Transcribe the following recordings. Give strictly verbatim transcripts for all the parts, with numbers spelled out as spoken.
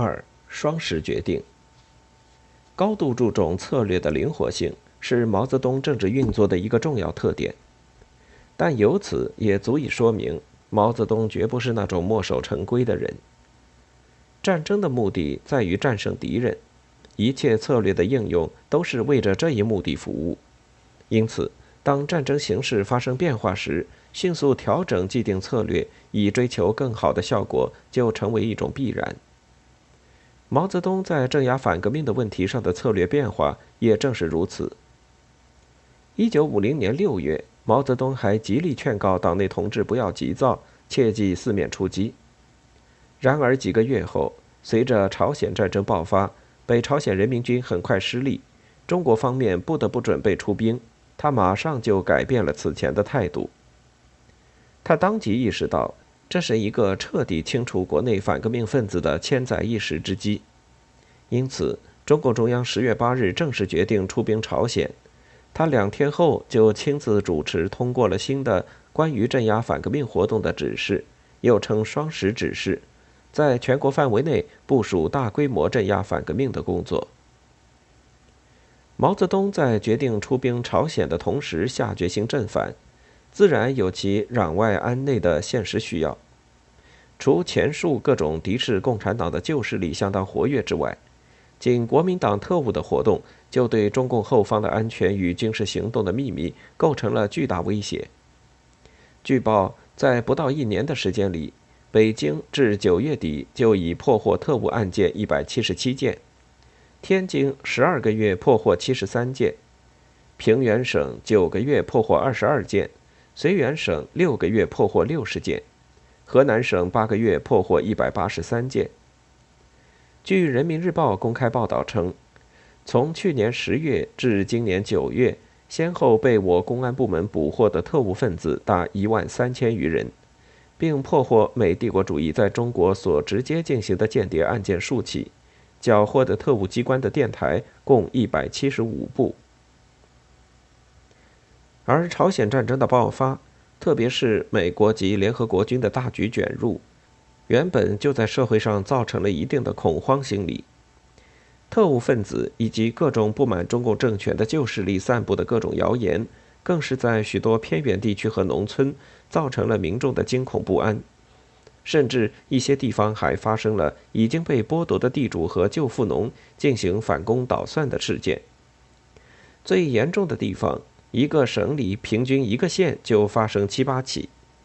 二、双十决定。高度注重策略的灵活性是毛泽东政治运作的一个重要特点，但由此也足以说明毛泽东绝不是那种墨守成规的人。战争的目的在于战胜敌人，一切策略的应用都是为着这一目的服务。因此，当战争形势发生变化时，迅速调整既定策略，以追求更好的效果，就成为一种必然。毛泽东在镇压反革命的问题上的策略变化也正是如此。一九五零年六月，毛泽东还极力劝告党内同志不要急躁，切忌四面出击。然而几个月后，随着朝鲜战争爆发，北朝鲜人民军很快失利，中国方面不得不准备出兵，他马上就改变了此前的态度。他当即意识到，这是一个彻底清除国内反革命分子的千载一时之机。因此，中共中央十月八日正式决定出兵朝鲜。他两天后就亲自主持通过了新的关于镇压反革命活动的指示，又称双十指示，在全国范围内部署大规模镇压反革命的工作。毛泽东在决定出兵朝鲜的同时下决心镇反，自然有其攘外安内的现实需要。除前述各种敌视共产党的旧势力相当活跃之外，仅国民党特务的活动就对中共后方的安全与军事行动的秘密构成了巨大威胁。据报，在不到一年的时间里，北京至九月底就已破获特务案件一百七十七件，天津十二个月破获七十三件，平原省九个月破获二十二件，绥远省六个月破获六十件，河南省八个月破获一百八十三件。据人民日报公开报道称，从去年十月至今年九月，先后被我公安部门捕获的特务分子达一万三千余人，并破获美帝国主义在中国所直接进行的间谍案件数起，缴获的特务机关的电台共一百七十五部。而朝鲜战争的爆发，特别是美国及联合国军的大举卷入，原本就在社会上造成了一定的恐慌心理。特务分子以及各种不满中共政权的旧势力散布的各种谣言，更是在许多偏远地区和农村造成了民众的惊恐不安，甚至一些地方还发生了已经被剥夺的地主和旧富农进行反攻倒算的事件。最严重的地方，一个省里平均一个县就发生七八起。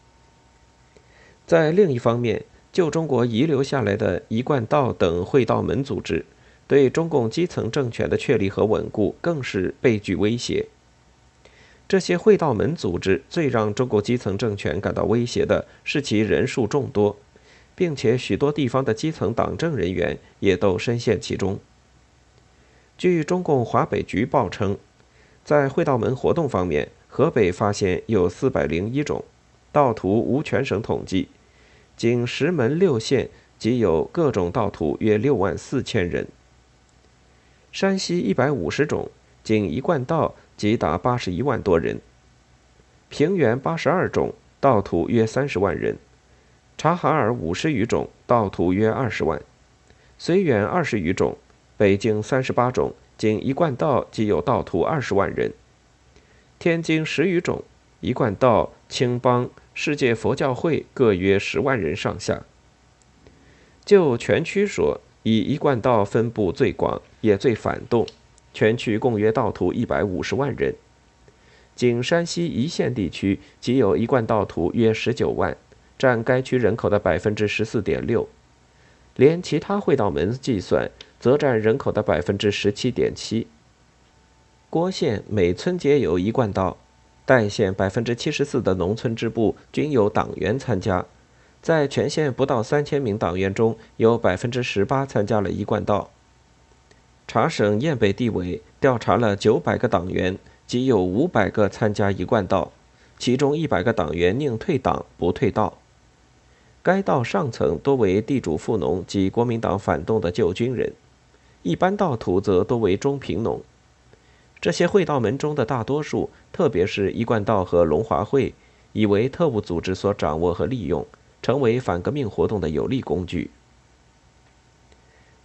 在另一方面，旧中国遗留下来的一贯道等会道门组织，对中共基层政权的确立和稳固更是倍具威胁。这些会道门组织最让中国基层政权感到威胁的是其人数众多，并且许多地方的基层党政人员也都深陷其中。据中共华北局报称，在会道门活动方面，河北发现有四百零一种，盗徒无全省统计，仅十门六县即有各种盗徒约六万四千人。山西一百五十种，仅一贯道即达八十一万多人。平原八十二种，盗徒约三十万人。察哈尔五十余种，盗徒约二十万。绥远二十余种，北京三十八种，仅一贯道即有盗徒二十万人。天津十余种，一贯道、青帮、世界佛教会各约十万人上下。就全区说，以一贯道分布最广，也最反动，全区共约盗徒一百五十万人。仅山西一线地区即有一贯盗徒约十九万，占该区人口的百分之十四点六。连其他会道门计算，则占人口的百分之十七点七。郭县每村皆有一贯道，代县百分之七十四的农村支部均有党员参加，在全县不到三千名党员中，有百分之十八参加了一贯道。查省堰北地委调查了九百个党员，即有五百个参加一贯道，其中一百个党员宁退党不退道。该道上层多为地主富农及国民党反动的旧军人，一般道徒则多为中平农。这些会道门中的大多数，特别是一贯道和龙华会，已为特务组织所掌握和利用，成为反革命活动的有力工具。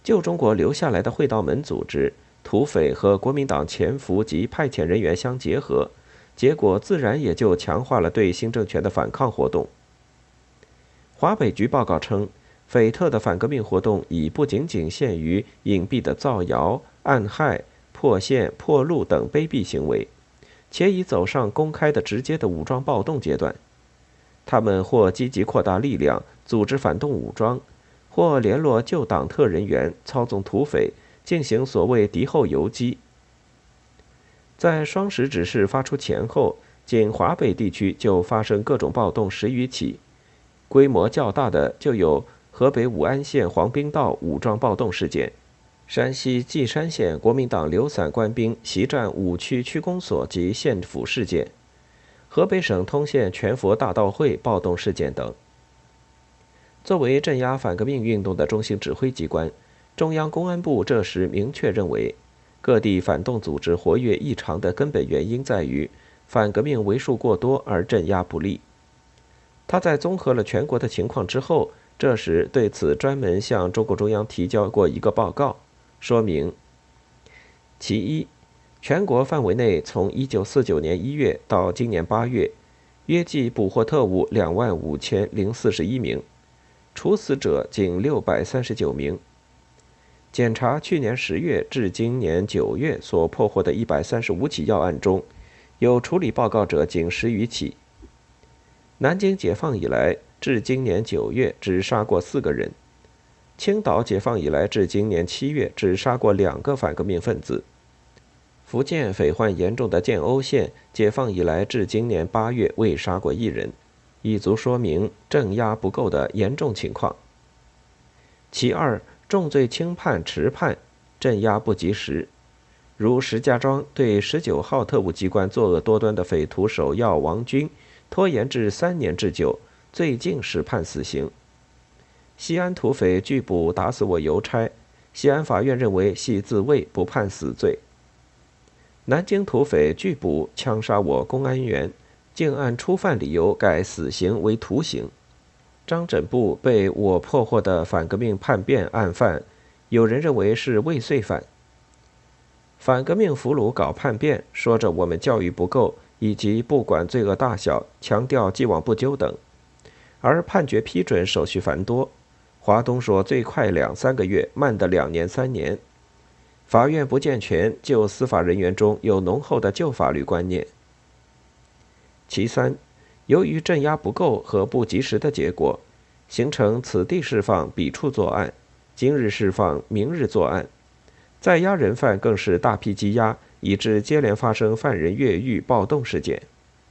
旧中国留下来的会道门组织、土匪和国民党潜伏及派遣人员相结合，结果自然也就强化了对新政权的反抗活动。华北局报告称，匪特的反革命活动已不仅仅限于隐蔽的造谣、暗害、破线、破路等卑鄙行为，且已走上公开的、直接的武装暴动阶段。他们或积极扩大力量，组织反动武装，或联络旧党特人员，操纵土匪，进行所谓敌后游击。在双十指示发出前后，仅华北地区就发生各种暴动十余起，规模较大的就有河北武安县黄滨道武装暴动事件，山西稷山县国民党流散官兵袭占五区区公所及县府事件，河北省通县全佛大道会暴动事件等。作为镇压反革命运动的中心指挥机关，中央公安部这时明确认为，各地反动组织活跃异常的根本原因在于反革命为数过多而镇压不力。他在综合了全国的情况之后，这时对此专门向中共中央提交过一个报告，说明：其一，全国范围内从一九四九年一月到今年八月，约计捕获特务两万五千零四十一名，处死者仅六百三十九名。检查去年十月至今年九月所破获的一百三十五起要案中，有处理报告者仅十余起。南京解放以来至今年九月只杀过四个人，青岛解放以来至今年七月只杀过两个反革命分子。福建匪患严重的建瓯县解放以来至今年八月未杀过一人，已足说明镇压不够的严重情况。其二，重罪轻判迟判，镇压不及时。如石家庄对十九号特务机关作恶多端的匪徒首要王军，拖延至三年之久，最近是判死刑。西安土匪拒捕打死我邮差，西安法院认为系自卫，不判死罪。南京土匪拒捕枪杀我公安员，竟按初犯理由改死刑为徒刑。张枕部被我破获的反革命叛变案犯，有人认为是未遂犯。反革命俘虏搞叛变，说着我们教育不够，以及不管罪恶大小，强调既往不咎等，而判决批准手续繁多。华东说最快两三个月，慢的两年三年。法院不健全，就司法人员中有浓厚的旧法律观念。其三，由于镇压不够和不及时的结果，形成此地释放彼处作案，今日释放明日作案，在押人犯更是大批羁押，以致接连发生犯人越狱暴动事件。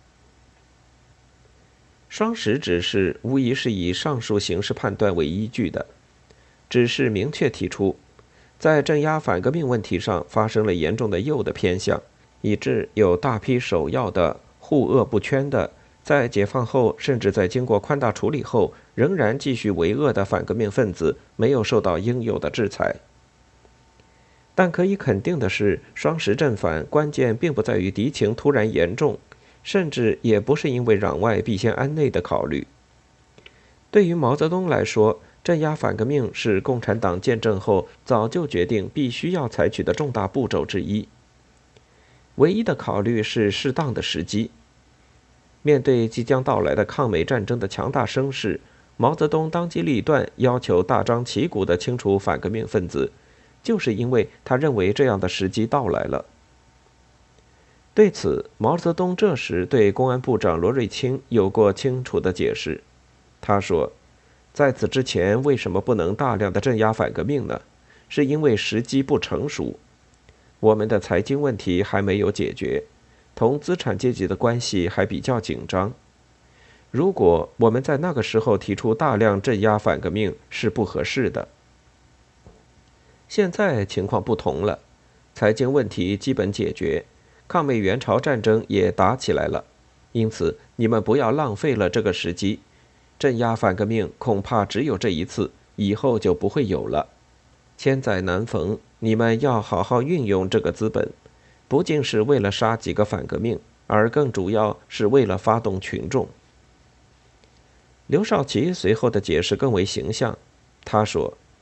双十指示无疑是以上述刑事判断为依据的，指示明确提出，在镇压反革命问题上发生了严重的右的偏向，以致有大批首要的、护恶不圈的，在解放后甚至在经过宽大处理后仍然继续为恶的反革命分子没有受到应有的制裁。但可以肯定的是，双十镇反关键并不在于敌情突然严重，甚至也不是因为攘外必先安内的考虑。对于毛泽东来说，镇压反革命是共产党建政后早就决定必须要采取的重大步骤之一。唯一的考虑是适当的时机。面对即将到来的抗美战争的强大声势，毛泽东当机立断，要求大张旗鼓地清除反革命分子，就是因为他认为这样的时机到来了。对此，毛泽东这时对公安部长罗瑞卿有过清楚的解释。他说，在此之前为什么不能大量的镇压反革命呢？是因为时机不成熟，我们的财经问题还没有解决，同资产阶级的关系还比较紧张。如果我们在那个时候提出大量镇压反革命是不合适的。现在情况不同了，财经问题基本解决，抗美援朝战争也打起来了，因此你们不要浪费了这个时机，镇压反革命恐怕只有这一次，以后就不会有了。千载难逢，你们要好好运用这个资本，不仅是为了杀几个反革命，而更主要是为了发动群众。刘少奇随后的解释更为形象，他说，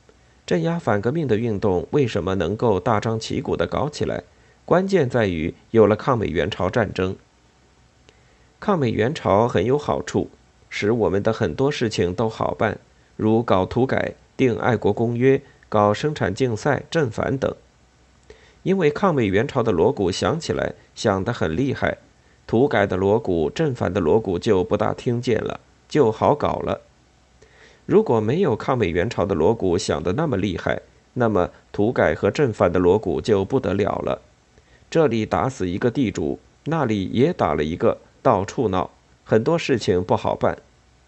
镇压反革命的运动为什么能够大张旗鼓地搞起来？关键在于有了抗美援朝战争。抗美援朝很有好处，使我们的很多事情都好办，如搞土改、定爱国公约、搞生产竞赛、镇反等。因为抗美援朝的锣鼓响起来，响得很厉害，土改的锣鼓、镇反的锣鼓就不大听见了，就好搞了。如果没有抗美援朝的锣鼓响得那么厉害，那么土改和镇反的锣鼓就不得了了。这里打死一个地主，那里也打了一个，到处闹，很多事情不好办。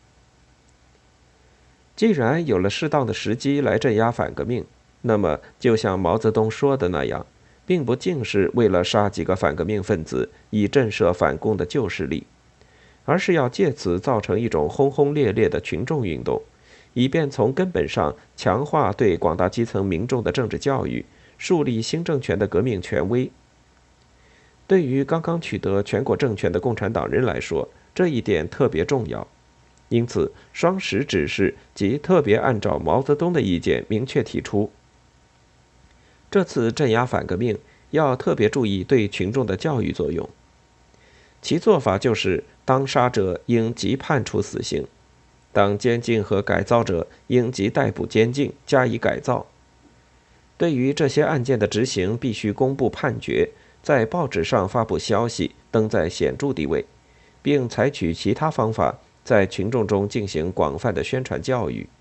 既然有了适当的时机来镇压反革命，那么就像毛泽东说的那样，并不尽是为了杀几个反革命分子以震慑反共的旧势力，而是要借此造成一种轰轰烈烈的群众运动，以便从根本上强化对广大基层民众的政治教育，树立新政权的革命权威。对于刚刚取得全国政权的共产党人来说，这一点特别重要。因此，双十指示即特别按照毛泽东的意见明确提出，这次镇压反革命要特别注意对群众的教育作用。其做法就是：当杀者应即判处死刑，当监禁和改造者应即逮捕监禁，加以改造。对于这些案件的执行，必须公布判决，在报纸上发布消息，登在显著地位，并采取其他方法在群众中进行广泛的宣传教育。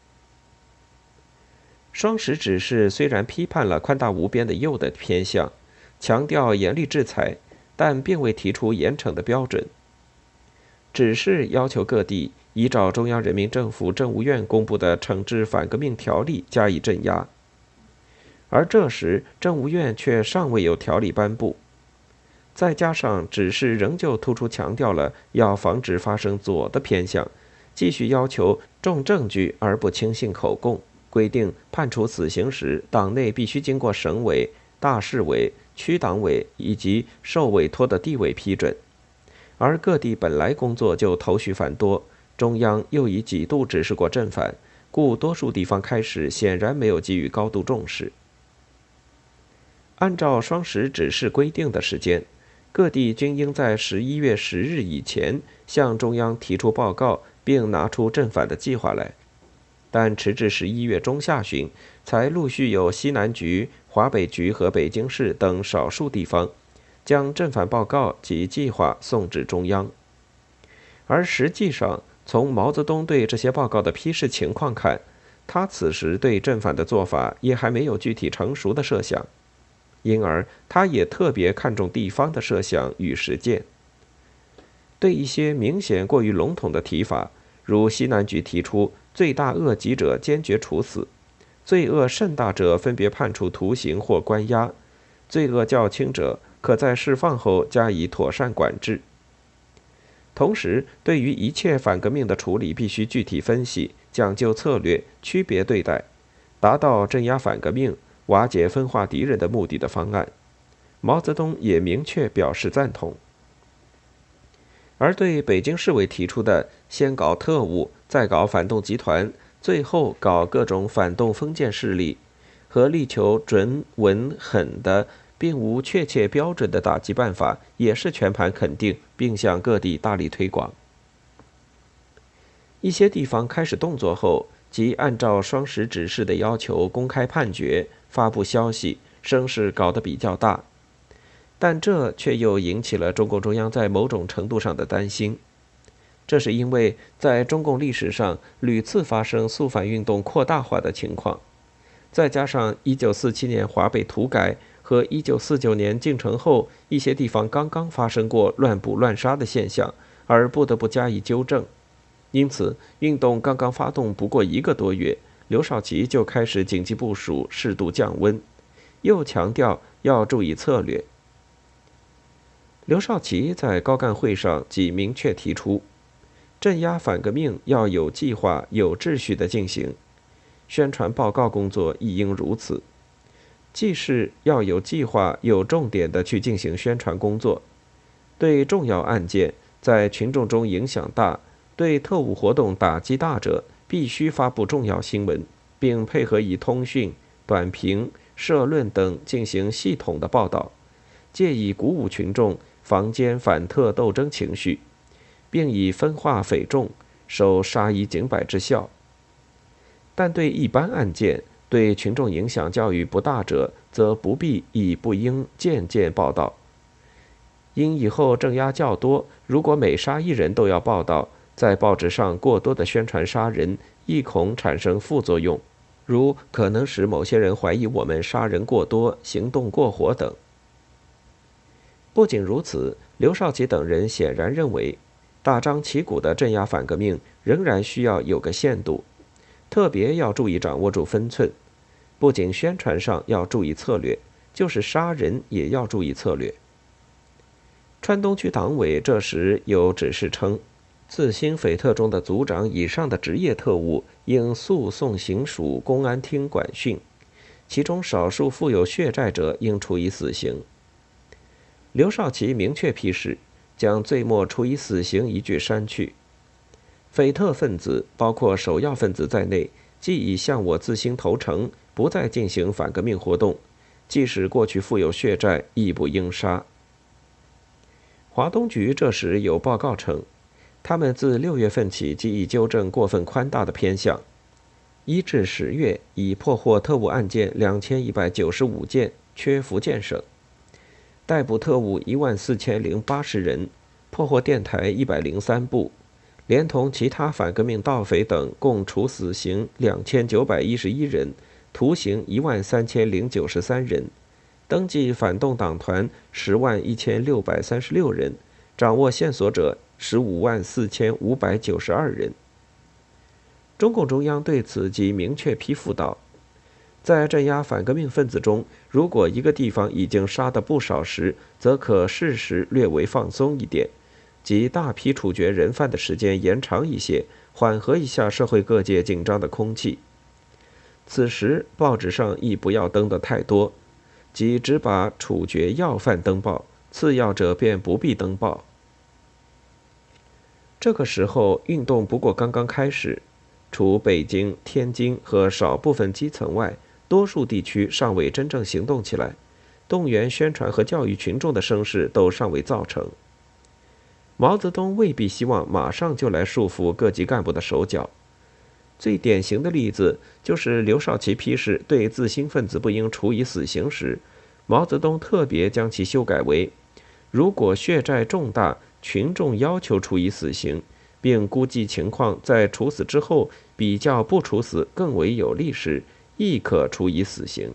双十指示虽然批判了宽大无边的右的偏向，强调严厉制裁，但并未提出严惩的标准。指示要求各地依照中央人民政府政务院公布的惩治反革命条例加以镇压，而这时政务院却尚未有条例颁布。再加上指示仍旧突出强调了要防止发生左的偏向，继续要求重证据而不轻信口供，规定判处死刑时，党内必须经过省委、大市委、区党委以及受委托的地委批准。而各地本来工作就头绪繁多，中央又已几度指示过镇反，故多数地方开始显然没有给予高度重视。按照双十指示规定的时间，各地均应在十一月十日以前向中央提出报告，并拿出镇反的计划来。但迟至十一月中下旬，才陆续有西南局、华北局和北京市等少数地方将镇反报告及计划送至中央。而实际上，从毛泽东对这些报告的批示情况看，他此时对镇反的做法也还没有具体成熟的设想，因而他也特别看重地方的设想与实践。对一些明显过于笼统的提法，如西南局提出罪大恶极者坚决处死，罪恶甚大者分别判处徒刑或关押，罪恶较轻者可在释放后加以妥善管制。同时，对于一切反革命的处理必须具体分析，讲究策略，区别对待，达到镇压反革命、瓦解分化敌人的目的的方案，毛泽东也明确表示赞同。而对北京市委提出的先搞特务，再搞反动集团，最后搞各种反动封建势力，和力求准稳狠的并无确切标准的打击办法，也是全盘肯定，并向各地大力推广。一些地方开始动作后，即按照双十指示的要求公开判决、发布消息，声势搞得比较大。但这却又引起了中共中央在某种程度上的担心。这是因为在中共历史上屡次发生肃反运动扩大化的情况，再加上一九四七年华北土改和一九四九年进城后一些地方刚刚发生过乱捕乱杀的现象，而不得不加以纠正。因此，运动刚刚发动不过一个多月，刘少奇就开始紧急部署适度降温，又强调要注意策略。刘少奇在高干会上即明确提出，镇压反革命要有计划、有秩序地进行，宣传报告工作亦应如此。既是要有计划、有重点地去进行宣传工作，对重要案件在群众中影响大、对特务活动打击大者，必须发布重要新闻，并配合以通讯、 短评、社论等进行系统的报道，借以鼓舞群众防奸反特斗争情绪，并以分化匪众，收杀一儆百之效。但对一般案件，对群众影响较与不大者，则不必亦不应件件报道。因以后镇压较多，如果每杀一人都要报道，在报纸上过多的宣传杀人，亦恐产生副作用，如可能使某些人怀疑我们杀人过多、行动过火等。不仅如此，刘少奇等人显然认为，大张旗鼓的镇压反革命仍然需要有个限度，特别要注意掌握住分寸。不仅宣传上要注意策略，就是杀人也要注意策略。川东区党委这时有指示称，自新匪特中的组长以上的职业特务应速送行署公安厅管训，其中少数负有血债者应处以死刑。刘少奇明确批示，将最末处以死刑一句删去。匪特分子包括首要分子在内，既已向我自新投诚，不再进行反革命活动，即使过去负有血债，亦不应杀。华东局这时有报告称，他们自六月份起即已纠正过分宽大的偏向，一至十月已破获特务案件两千一百九十五件，缺福建省；逮捕特务一万四千零八十人，破获电台一百零三部，连同其他反革命盗匪等，共处死刑两千九百一十一人，徒刑一万三千零九十三人。登记反动党团十万一千六百三十六人，掌握线索者十五万四千五百九十二人。中共中央对此即明确批复道：在镇压反革命分子中，如果一个地方已经杀得不少时，则可适时略微放松一点，即大批处决人犯的时间延长一些，缓和一下社会各界紧张的空气。此时报纸上亦不要登得太多，即只把处决要犯登报，次要者便不必登报。这个时候运动不过刚刚开始，除北京、天津和少部分基层外，多数地区尚未真正行动起来，动员宣传和教育群众的声势都尚未造成。毛泽东未必希望马上就来束缚各级干部的手脚。最典型的例子就是刘少奇批示对自新分子不应处以死刑时，毛泽东特别将其修改为：如果血债重大，群众要求处以死刑，并估计情况在处死之后比较不处死更为有利时，亦可处以死刑。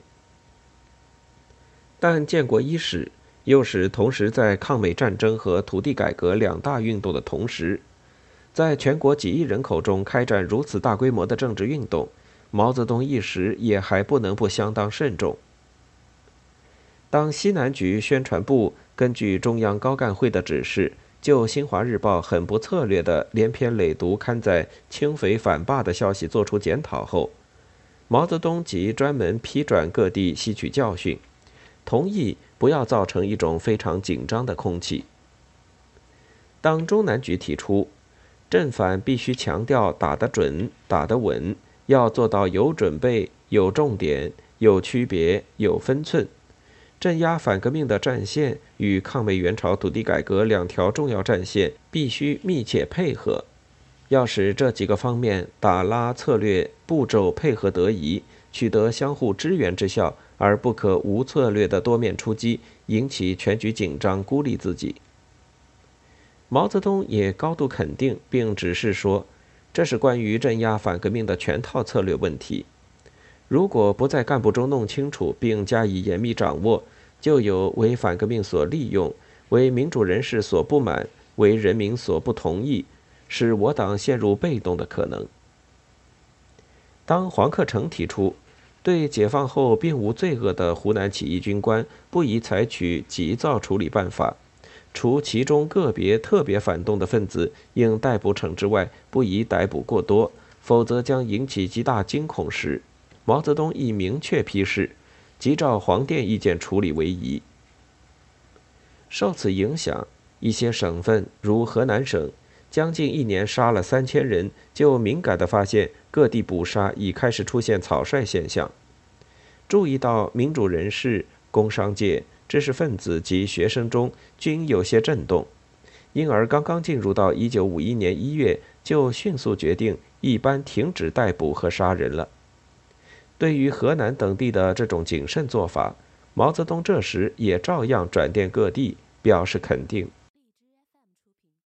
但建国伊始，又是同时在抗美战争和土地改革两大运动的同时，在全国几亿人口中开展如此大规模的政治运动，毛泽东一时也还不能不相当慎重。当西南局宣传部根据中央高干会的指示，就《新华日报》很不策略的连篇累牍刊载清匪反霸的消息作出检讨后，毛泽东即专门批转各地吸取教训，同意不要造成一种非常紧张的空气。当中南局提出镇反必须强调打得准、打得稳，要做到有准备、有重点、有区别、有分寸。镇压反革命的战线与抗美援朝土地改革两条重要战线必须密切配合。要使这几个方面打拉策略步骤配合得宜，取得相互支援之效，而不可无策略的多面出击，引起全局紧张，孤立自己。毛泽东也高度肯定并指示说，这是关于镇压反革命的全套策略问题。如果不在干部中弄清楚并加以严密掌握，就有为反革命所利用，为民主人士所不满，为人民所不同意，使我党陷入被动的可能。当黄克诚提出对解放后并无罪恶的湖南起义军官不宜采取急躁处理办法，除其中个别特别反动的分子应逮捕惩治外，不宜逮捕过多，否则将引起极大惊恐时，毛泽东亦明确批示，即照黄电意见处理为宜。受此影响，一些省份如河南省，将近一年杀了三千人，就敏感地发现各地捕杀已开始出现草率现象。 注意到民主人士、工商界、知识分子及学生中均有些震动，因而刚刚进入到一九五一年一月，就迅速决定一般停止逮捕和杀人了。对于河南等地的这种谨慎做法，毛泽东这时也照样转电各地，表示肯定。